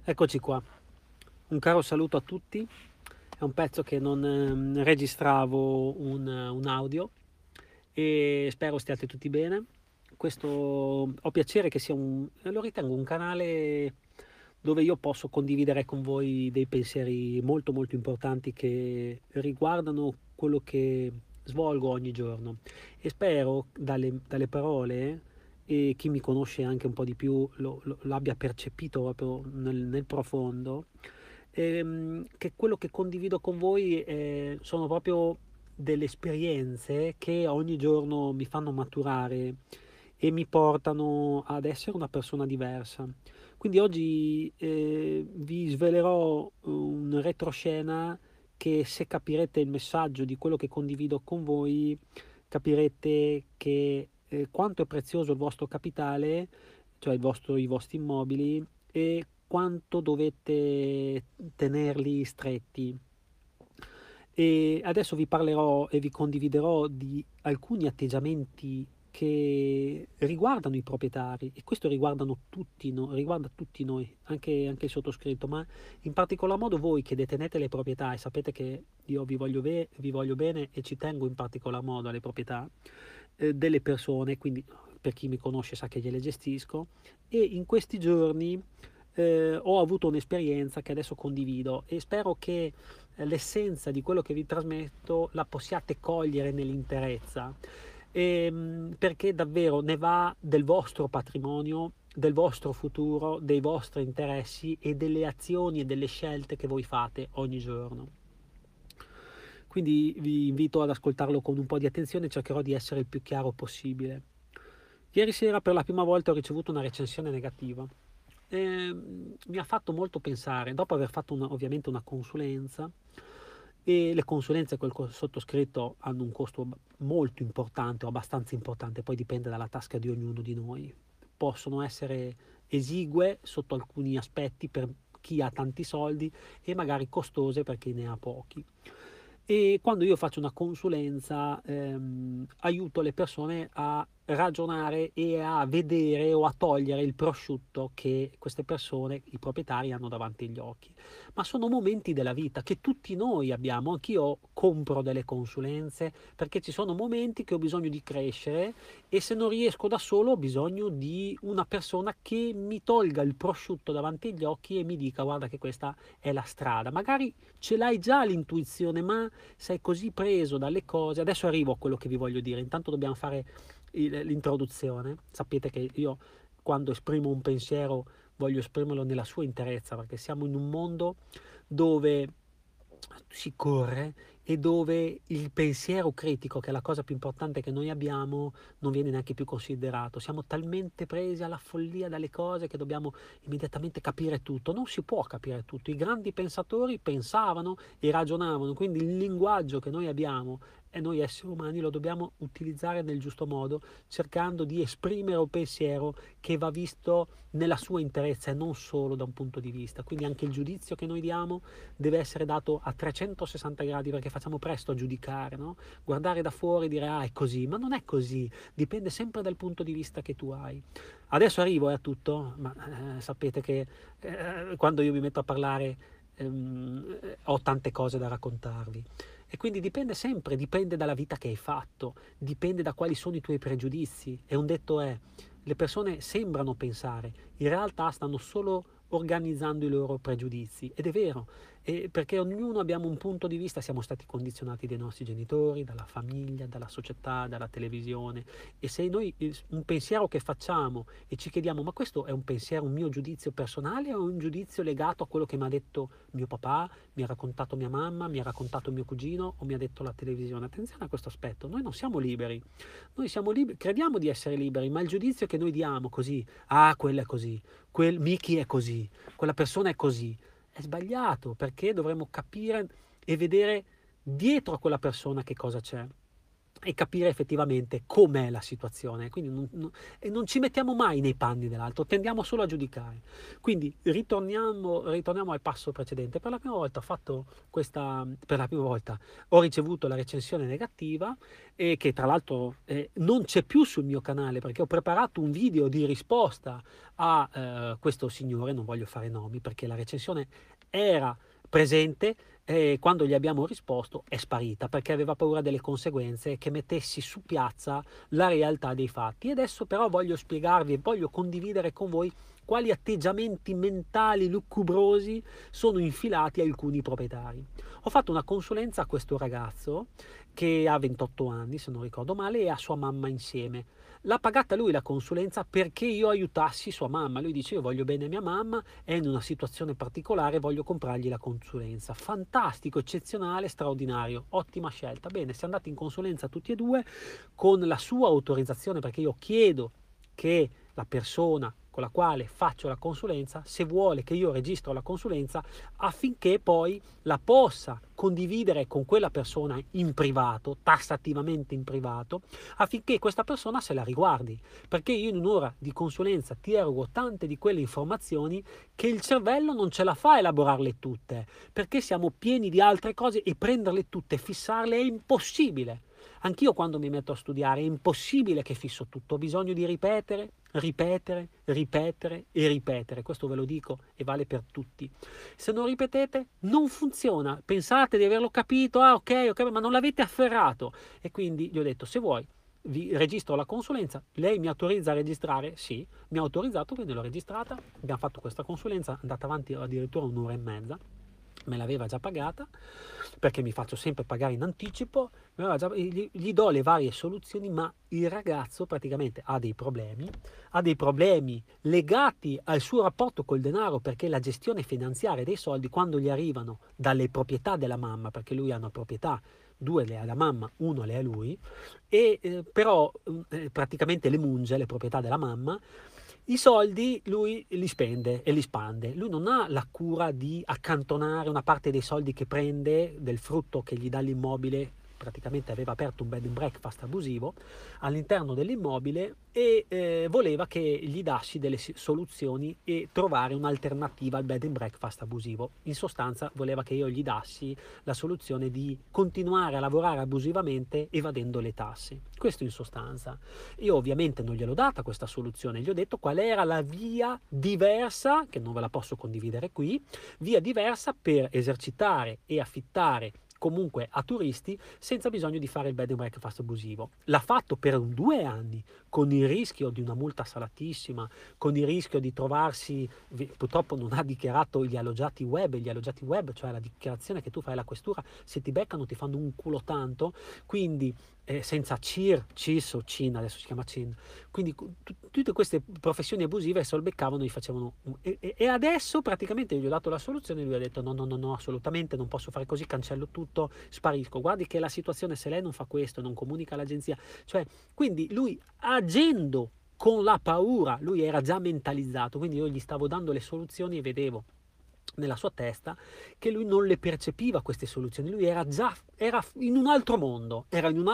Eccoci qua. Un caro saluto a tutti. È un pezzo che non registravo un audio e spero stiate tutti bene. Questo ho piacere che sia lo ritengo un canale dove io posso condividere con voi dei pensieri molto molto importanti che riguardano quello che svolgo ogni giorno e spero dalle parole e chi mi conosce anche un po' di più l'abbia percepito proprio nel profondo, che quello che condivido con voi sono proprio delle esperienze che ogni giorno mi fanno maturare e mi portano ad essere una persona diversa. Quindi oggi vi svelerò un retroscena che, se capirete il messaggio di quello che condivido con voi, capirete che quanto è prezioso il vostro capitale, cioè i vostri immobili, e quanto dovete tenerli stretti. E adesso vi parlerò e vi condividerò di alcuni atteggiamenti che riguardano i proprietari, e questo riguarda tutti noi, anche il sottoscritto, ma in particolar modo voi che detenete le proprietà e sapete che io vi voglio bene e ci tengo in particolar modo alle proprietà delle persone, quindi per chi mi conosce sa che gliele gestisco, e in questi giorni ho avuto un'esperienza che adesso condivido e spero che l'essenza di quello che vi trasmetto la possiate cogliere nell'interezza, perché davvero ne va del vostro patrimonio, del vostro futuro, dei vostri interessi e delle azioni e delle scelte che voi fate ogni giorno. Quindi vi invito ad ascoltarlo con un po' di attenzione e cercherò di essere il più chiaro possibile. Ieri sera per la prima volta ho ricevuto una recensione negativa. Mi ha fatto molto pensare, dopo aver fatto ovviamente una consulenza, e le consulenze col sottoscritto hanno un costo molto importante o abbastanza importante, poi dipende dalla tasca di ognuno di noi. Possono essere esigue sotto alcuni aspetti per chi ha tanti soldi e magari costose per chi ne ha pochi. E quando io faccio una consulenza, aiuto le persone a ragionare e a vedere o a togliere il prosciutto che queste persone, i proprietari, hanno davanti agli occhi. Ma sono momenti della vita che tutti noi abbiamo. Anch'io compro delle consulenze perché ci sono momenti che ho bisogno di crescere e se non riesco da solo ho bisogno di una persona che mi tolga il prosciutto davanti agli occhi e mi dica: guarda che questa è la strada. Magari ce l'hai già l'intuizione, ma sei così preso dalle cose. Adesso arrivo a quello che vi voglio dire. Intanto dobbiamo fare l'introduzione. Sapete che io, quando esprimo un pensiero, voglio esprimerlo nella sua interezza, perché siamo in un mondo dove si corre e dove il pensiero critico, che è la cosa più importante che noi abbiamo, non viene neanche più considerato. Siamo talmente presi alla follia dalle cose che dobbiamo immediatamente capire tutto. Non si può capire tutto. I grandi pensatori pensavano e ragionavano, quindi il linguaggio che noi abbiamo e noi esseri umani lo dobbiamo utilizzare nel giusto modo, cercando di esprimere un pensiero che va visto nella sua interezza e non solo da un punto di vista. Quindi anche il giudizio che noi diamo deve essere dato a 360 gradi, perché facciamo presto a giudicare, no? Guardare da fuori e dire ah è così, ma non è così, dipende sempre dal punto di vista che tu hai. Adesso arrivo a tutto, ma sapete che quando io mi metto a parlare ho tante cose da raccontarvi. E quindi dipende sempre, dipende dalla vita che hai fatto, dipende da quali sono i tuoi pregiudizi. E un detto è, le persone sembrano pensare, in realtà stanno solo organizzando i loro pregiudizi. Ed è vero, perché ognuno abbiamo un punto di vista, siamo stati condizionati dai nostri genitori, dalla famiglia, dalla società, dalla televisione. E se noi un pensiero che facciamo e ci chiediamo, ma questo è un pensiero, un mio giudizio personale o un giudizio legato a quello che mi ha detto mio papà, mi ha raccontato mia mamma, mi ha raccontato mio cugino o mi ha detto la televisione? Attenzione a questo aspetto, noi non siamo liberi, noi siamo liberi, crediamo di essere liberi, ma il giudizio che noi diamo così, ah, quello è così, quel Mickey è così, quella persona è così, è sbagliato, perché dovremmo capire e vedere dietro a quella persona che cosa c'è. e capire effettivamente com'è la situazione. Quindi e non ci mettiamo mai nei panni dell'altro, tendiamo solo a giudicare. Quindi ritorniamo al passo precedente. Per la prima volta ho fatto per la prima volta ho ricevuto la recensione negativa, e che tra l'altro non c'è più sul mio canale, perché ho preparato un video di risposta a questo signore, non voglio fare nomi perché la recensione era presente, e quando gli abbiamo risposto è sparita perché aveva paura delle conseguenze, che mettessi su piazza la realtà dei fatti. E adesso però voglio spiegarvi e voglio condividere con voi quali atteggiamenti mentali lucubrosi sono infilati a alcuni proprietari. Ho fatto una consulenza a questo ragazzo che ha 28 anni, se non ricordo male, e a sua mamma insieme. L'ha pagata lui la consulenza perché io aiutassi sua mamma. Lui dice: io voglio bene a mia mamma, è in una situazione particolare, voglio comprargli la consulenza. Fantastico, eccezionale, straordinario, ottima scelta. Bene, si è andati in consulenza tutti e due con la sua autorizzazione, perché io chiedo che la persona con la quale faccio la consulenza, se vuole che io registro la consulenza, affinché poi la possa condividere con quella persona in privato, tassativamente in privato, affinché questa persona se la riguardi, perché io in un'ora di consulenza ti erogo tante di quelle informazioni che il cervello non ce la fa a elaborarle tutte, perché siamo pieni di altre cose e prenderle tutte, fissarle è impossibile. Anch'io quando mi metto a studiare è impossibile che fisso tutto, ho bisogno di ripetere, ripetere, ripetere e ripetere. Questo ve lo dico e vale per tutti. Se non ripetete non funziona, pensate di averlo capito, ok, ma non l'avete afferrato. E quindi gli ho detto: se vuoi vi registro la consulenza, lei mi autorizza a registrare? Sì, mi ha autorizzato, quindi l'ho registrata, abbiamo fatto questa consulenza, è andata avanti addirittura un'ora e mezza, me l'aveva già pagata perché mi faccio sempre pagare in anticipo, gli do le varie soluzioni, ma il ragazzo praticamente ha dei problemi legati al suo rapporto col denaro, perché la gestione finanziaria dei soldi, quando gli arrivano dalle proprietà della mamma, perché lui ha una proprietà, 2 le ha la mamma, 1 le ha lui, e però praticamente le munge, le proprietà della mamma, i soldi lui li spende e li spande. Lui non ha la cura di accantonare una parte dei soldi che prende, del frutto che gli dà l'immobile. Praticamente aveva aperto un bed and breakfast abusivo all'interno dell'immobile e voleva che gli dassi delle soluzioni e trovare un'alternativa al bed and breakfast abusivo. In sostanza voleva che io gli dassi la soluzione di continuare a lavorare abusivamente evadendo le tasse. Questo in sostanza. Io ovviamente non gliel'ho data questa soluzione, gli ho detto qual era la via diversa, che non ve la posso condividere qui, via diversa per esercitare e affittare comunque a turisti senza bisogno di fare il bed and breakfast abusivo. L'ha fatto per 2 anni, con il rischio di una multa salatissima, con il rischio di trovarsi, purtroppo non ha dichiarato gli alloggiati web, cioè la dichiarazione che tu fai alla questura, se ti beccano ti fanno un culo tanto, quindi senza CIS o CIN, adesso si chiama CIN, quindi tutte queste professioni abusive se lo beccavano gli facevano e adesso praticamente gli ho dato la soluzione e lui ha detto no, assolutamente non posso fare così, cancello tutto, sparisco, guardi che la situazione, se lei non fa questo, non comunica all'agenzia, cioè quindi lui agendo con la paura, lui era già mentalizzato, quindi io gli stavo dando le soluzioni e vedevo nella sua testa che lui non le percepiva queste soluzioni, lui era in un altro mondo,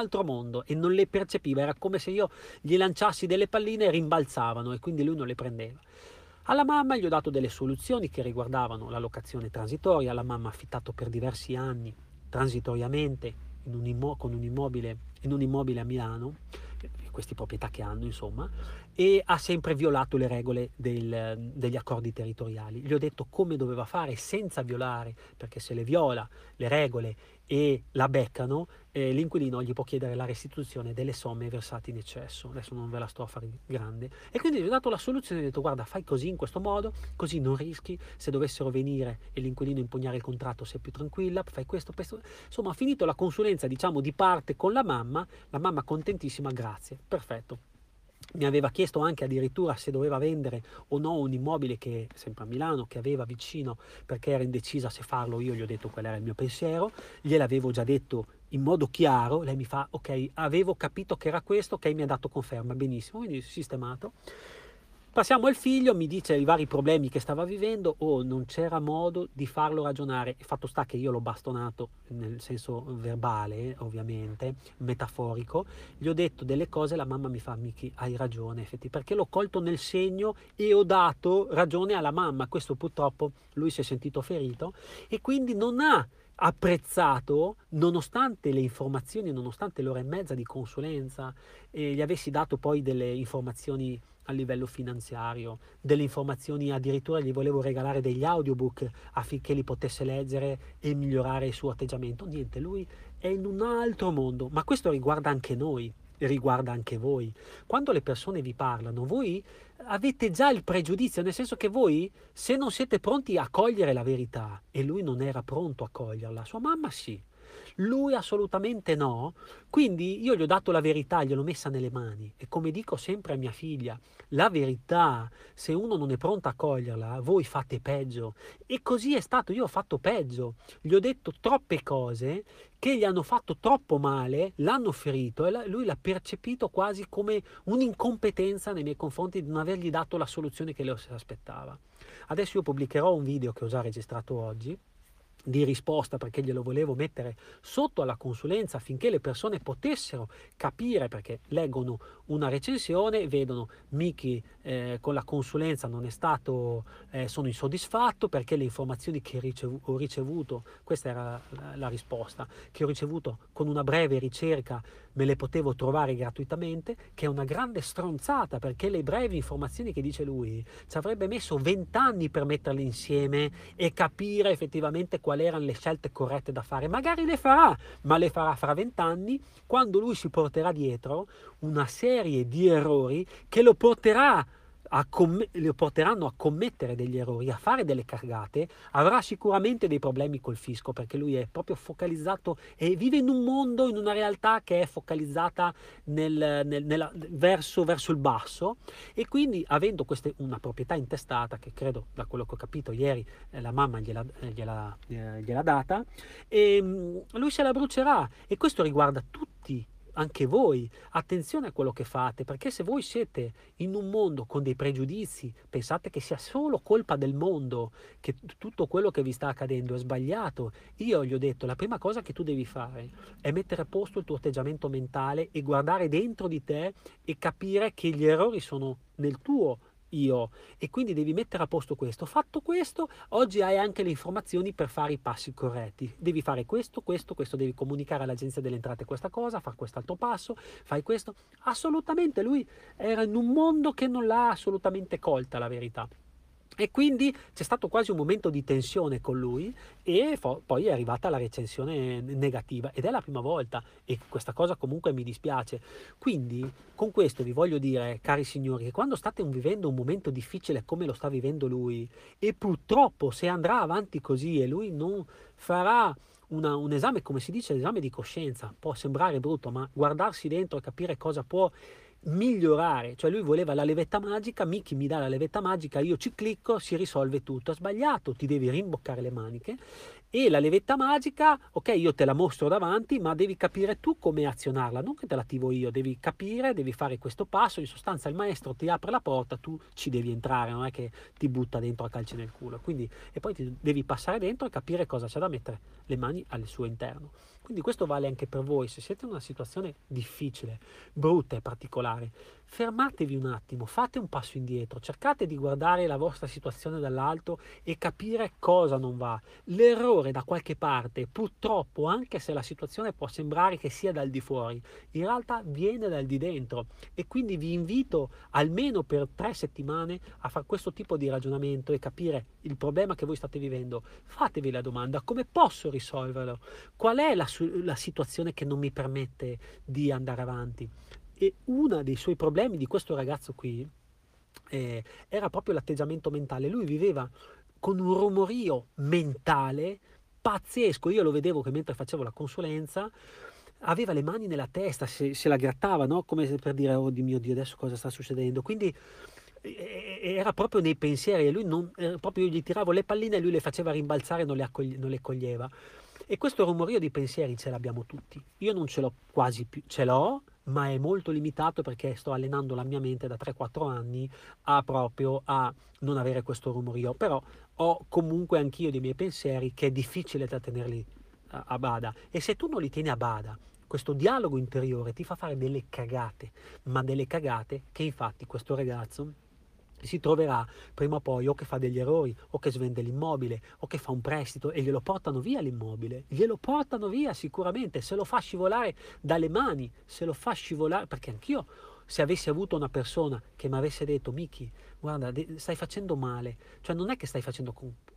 e non le percepiva, era come se io gli lanciassi delle palline e rimbalzavano e quindi lui non le prendeva. Alla mamma gli ho dato delle soluzioni che riguardavano la locazione transitoria. La mamma ha affittato per diversi anni transitoriamente con un immobile a Milano, queste proprietà che hanno insomma, e ha sempre violato le regole degli accordi territoriali. Gli ho detto come doveva fare senza violare, perché se le viola le regole e la beccano, l'inquilino gli può chiedere la restituzione delle somme versate in eccesso. Adesso non ve la sto a fare grande. E quindi gli ho dato la soluzione, gli ho detto guarda, fai così, in questo modo, così non rischi, se dovessero venire e l'inquilino impugnare il contratto sei più tranquilla, fai questo. Insomma, ha finito la consulenza, diciamo, di parte con la mamma contentissima, grazie, perfetto. Mi aveva chiesto anche addirittura se doveva vendere o no un immobile che sempre a Milano che aveva vicino, perché era indecisa se farlo. Io gli ho detto qual era il mio pensiero, gliel'avevo già detto in modo chiaro. Lei mi fa ok, avevo capito che era questo, ok, mi ha dato conferma, benissimo, quindi sistemato. Passiamo al figlio, mi dice i vari problemi che stava vivendo, non c'era modo di farlo ragionare. Il fatto sta che io l'ho bastonato nel senso verbale, ovviamente, metaforico, gli ho detto delle cose, la mamma mi fa, Miki, hai ragione, perché l'ho colto nel segno e ho dato ragione alla mamma. Questo purtroppo lui si è sentito ferito e quindi non ha apprezzato, nonostante le informazioni, nonostante l'ora e mezza di consulenza, e gli avessi dato poi delle informazioni a livello finanziario, delle informazioni, addirittura gli volevo regalare degli audiobook affinché li potesse leggere e migliorare il suo atteggiamento. Niente, lui è in un altro mondo, ma questo riguarda anche noi, riguarda anche voi. Quando le persone vi parlano, voi avete già il pregiudizio, nel senso che voi, se non siete pronti a cogliere la verità, e lui non era pronto a coglierla, sua mamma sì, lui assolutamente no, quindi io gli ho dato la verità, gliel'ho messa nelle mani e come dico sempre a mia figlia, la verità, se uno non è pronto a coglierla, voi fate peggio. E così è stato, io ho fatto peggio, gli ho detto troppe cose che gli hanno fatto troppo male, l'hanno ferito e lui l'ha percepito quasi come un'incompetenza nei miei confronti di non avergli dato la soluzione che le aspettava. Adesso io pubblicherò un video che ho già registrato oggi di risposta perché glielo volevo mettere sotto alla consulenza affinché le persone potessero capire, perché leggono una recensione, vedono Miki con la consulenza non è stato, sono insoddisfatto perché le informazioni che ho ricevuto, questa era la risposta, che ho ricevuto con una breve ricerca me le potevo trovare gratuitamente, che è una grande stronzata perché le brevi informazioni che dice lui ci avrebbe messo 20 anni per metterle insieme e capire effettivamente quali erano le scelte corrette da fare. Magari le farà, ma le farà fra 20 anni, quando lui si porterà dietro una serie di errori che lo porteranno a commettere degli errori, a fare delle cagate, avrà sicuramente dei problemi col fisco perché lui è proprio focalizzato e vive in un mondo, in una realtà che è focalizzata verso il basso e quindi avendo una proprietà intestata che credo da quello che ho capito ieri la mamma gliel'ha data e lui se la brucerà e questo riguarda tutti, anche voi. Attenzione a quello che fate, perché se voi siete in un mondo con dei pregiudizi, pensate che sia solo colpa del mondo, che tutto quello che vi sta accadendo è sbagliato. Io gli ho detto, la prima cosa che tu devi fare è mettere a posto il tuo atteggiamento mentale e guardare dentro di te e capire che gli errori sono nel tuo io e quindi devi mettere a posto questo. Fatto questo, oggi hai anche le informazioni per fare i passi corretti. Devi fare questo, devi comunicare all'Agenzia delle Entrate questa cosa, fare quest'altro passo, fai questo. Assolutamente, lui era in un mondo che non l'ha assolutamente colta la verità. E quindi c'è stato quasi un momento di tensione con lui e poi è arrivata la recensione negativa ed è la prima volta e questa cosa comunque mi dispiace. Quindi con questo vi voglio dire, cari signori, che quando state vivendo un momento difficile come lo sta vivendo lui e purtroppo se andrà avanti così e lui non farà un esame, come si dice, l'esame di coscienza, può sembrare brutto, ma guardarsi dentro e capire cosa può migliorare, cioè lui voleva la levetta magica, Miki mi dà la levetta magica, io ci clicco, si risolve tutto, ha sbagliato, ti devi rimboccare le maniche e la levetta magica, ok, io te la mostro davanti, ma devi capire tu come azionarla, non che te la attivo io, devi capire, devi fare questo passo, in sostanza il maestro ti apre la porta, tu ci devi entrare, non è che ti butta dentro a calci nel culo, quindi e poi ti devi passare dentro e capire cosa c'è da mettere le mani al suo interno. Quindi questo vale anche per voi, se siete in una situazione difficile, brutta e particolare, fermatevi un attimo, fate un passo indietro, cercate di guardare la vostra situazione dall'alto e capire cosa non va. L'errore da qualche parte, purtroppo, anche se la situazione può sembrare che sia dal di fuori, in realtà viene dal di dentro e quindi vi invito almeno per 3 settimane a fare questo tipo di ragionamento e capire il problema che voi state vivendo. Fatevi la domanda, come posso risolverlo? Qual è la situazione che non mi permette di andare avanti? E uno dei suoi problemi di questo ragazzo qui era proprio l'atteggiamento mentale. Lui viveva con un rumorio mentale pazzesco. Io lo vedevo che mentre facevo la consulenza aveva le mani nella testa, se la grattava, no? Come per dire, oh mio Dio, adesso cosa sta succedendo? Quindi era proprio nei pensieri e lui non, proprio io gli tiravo le palline e lui le faceva rimbalzare e non le coglieva. E questo rumorio di pensieri ce l'abbiamo tutti. Io non ce l'ho quasi più, ce l'ho, ma è molto limitato perché sto allenando la mia mente da 3-4 anni a proprio a non avere questo rumorio. Però ho comunque anch'io dei miei pensieri che è difficile da tenerli a bada. E se tu non li tieni a bada, questo dialogo interiore ti fa fare delle cagate, ma delle cagate che infatti questo ragazzo si troverà prima o poi o che fa degli errori, o che svende l'immobile, o che fa un prestito e glielo portano via l'immobile, glielo portano via sicuramente, se lo fa scivolare dalle mani, se lo fa scivolare, perché anch'io se avessi avuto una persona che mi avesse detto Miki, guarda, stai facendo male, cioè non è che stai facendo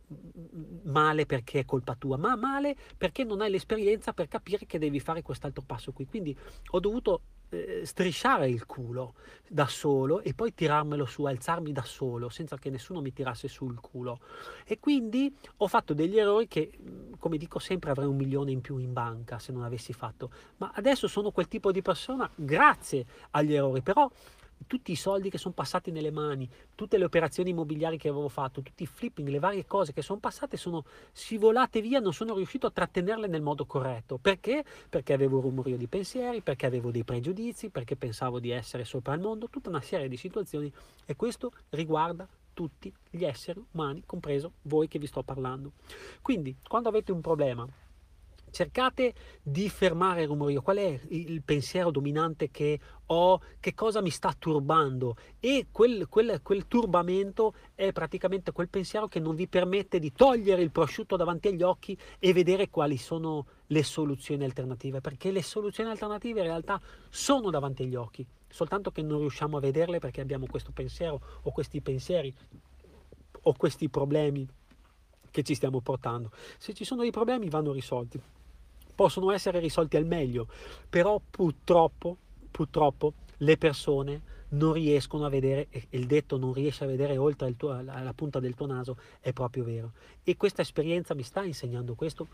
male perché è colpa tua, ma male perché non hai l'esperienza per capire che devi fare quest'altro passo qui. Quindi ho dovuto strisciare il culo da solo e poi tirarmelo su, alzarmi da solo senza che nessuno mi tirasse su il culo. E quindi ho fatto degli errori che, come dico sempre, avrei 1 milione in più in banca se non avessi fatto. Ma adesso sono quel tipo di persona grazie agli errori, però tutti i soldi che sono passati nelle mani, tutte le operazioni immobiliari che avevo fatto, tutti i flipping, le varie cose che sono passate sono scivolate via, non sono riuscito a trattenerle nel modo corretto. Perché? Perché avevo un rumorio di pensieri, perché avevo dei pregiudizi, perché pensavo di essere sopra il mondo, tutta una serie di situazioni e questo riguarda tutti gli esseri umani, compreso voi che vi sto parlando. Quindi, quando avete un problema, cercate di fermare il rumorio, qual è il pensiero dominante che ho, che cosa mi sta turbando e quel turbamento è praticamente quel pensiero che non vi permette di togliere il prosciutto davanti agli occhi e vedere quali sono le soluzioni alternative, perché le soluzioni alternative in realtà sono davanti agli occhi, soltanto che non riusciamo a vederle perché abbiamo questo pensiero o questi pensieri o questi problemi che ci stiamo portando. Se ci sono dei problemi vanno risolti, possono essere risolti al meglio, però purtroppo le persone non riescono a vedere, e il detto non riesce a vedere oltre la punta del tuo naso è proprio vero. E questa esperienza mi sta insegnando questo,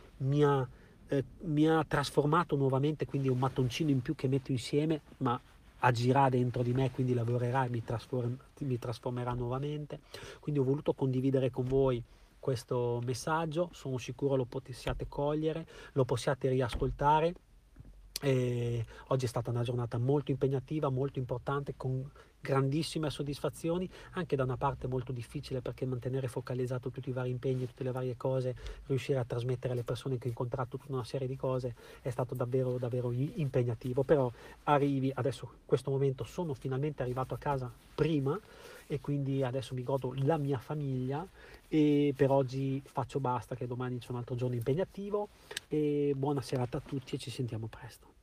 mi ha trasformato nuovamente, quindi un mattoncino in più che metto insieme, ma agirà dentro di me, quindi lavorerà e mi trasformerà nuovamente. Quindi ho voluto condividere con voi questo messaggio, sono sicuro lo possiate cogliere, lo possiate riascoltare. E oggi è stata una giornata molto impegnativa, molto importante, con grandissime soddisfazioni, anche da una parte molto difficile perché mantenere focalizzato tutti i vari impegni, tutte le varie cose, riuscire a trasmettere alle persone che ho incontrato tutta una serie di cose è stato davvero davvero impegnativo, però arrivi adesso, in questo momento sono finalmente arrivato a casa prima e quindi adesso mi godo la mia famiglia e per oggi faccio basta che domani c'è un altro giorno impegnativo e buona serata a tutti e ci sentiamo presto.